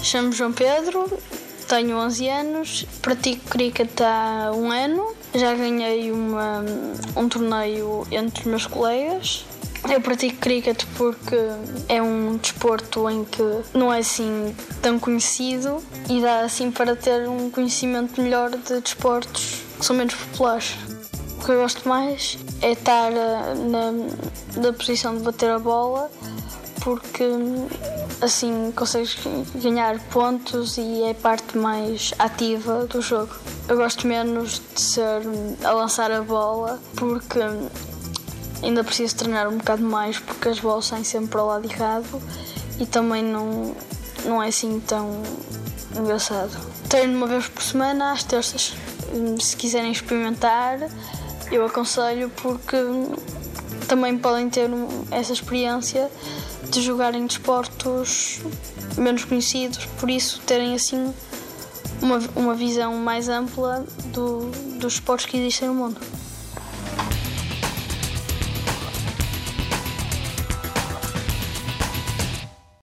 Chamo-me João Pedro, tenho 11 anos, pratico cricket há 1 ano, já ganhei um torneio entre os meus colegas. Eu pratico cricket porque é um desporto em que não é assim tão conhecido e dá assim para ter um conhecimento melhor de desportos que são menos populares. O que eu gosto mais é estar na posição de bater a bola, porque assim consegues ganhar pontos e é a parte mais ativa do jogo. Eu gosto menos de ser a lançar a bola porque ainda preciso treinar um bocado mais, porque as bolas saem sempre para o lado errado e também não é assim tão engraçado. Treino uma vez por semana, às terças. Se quiserem experimentar, eu aconselho, porque também podem ter essa experiência de jogar em desportos menos conhecidos, por isso terem assim uma visão mais ampla dos esportes que existem no mundo.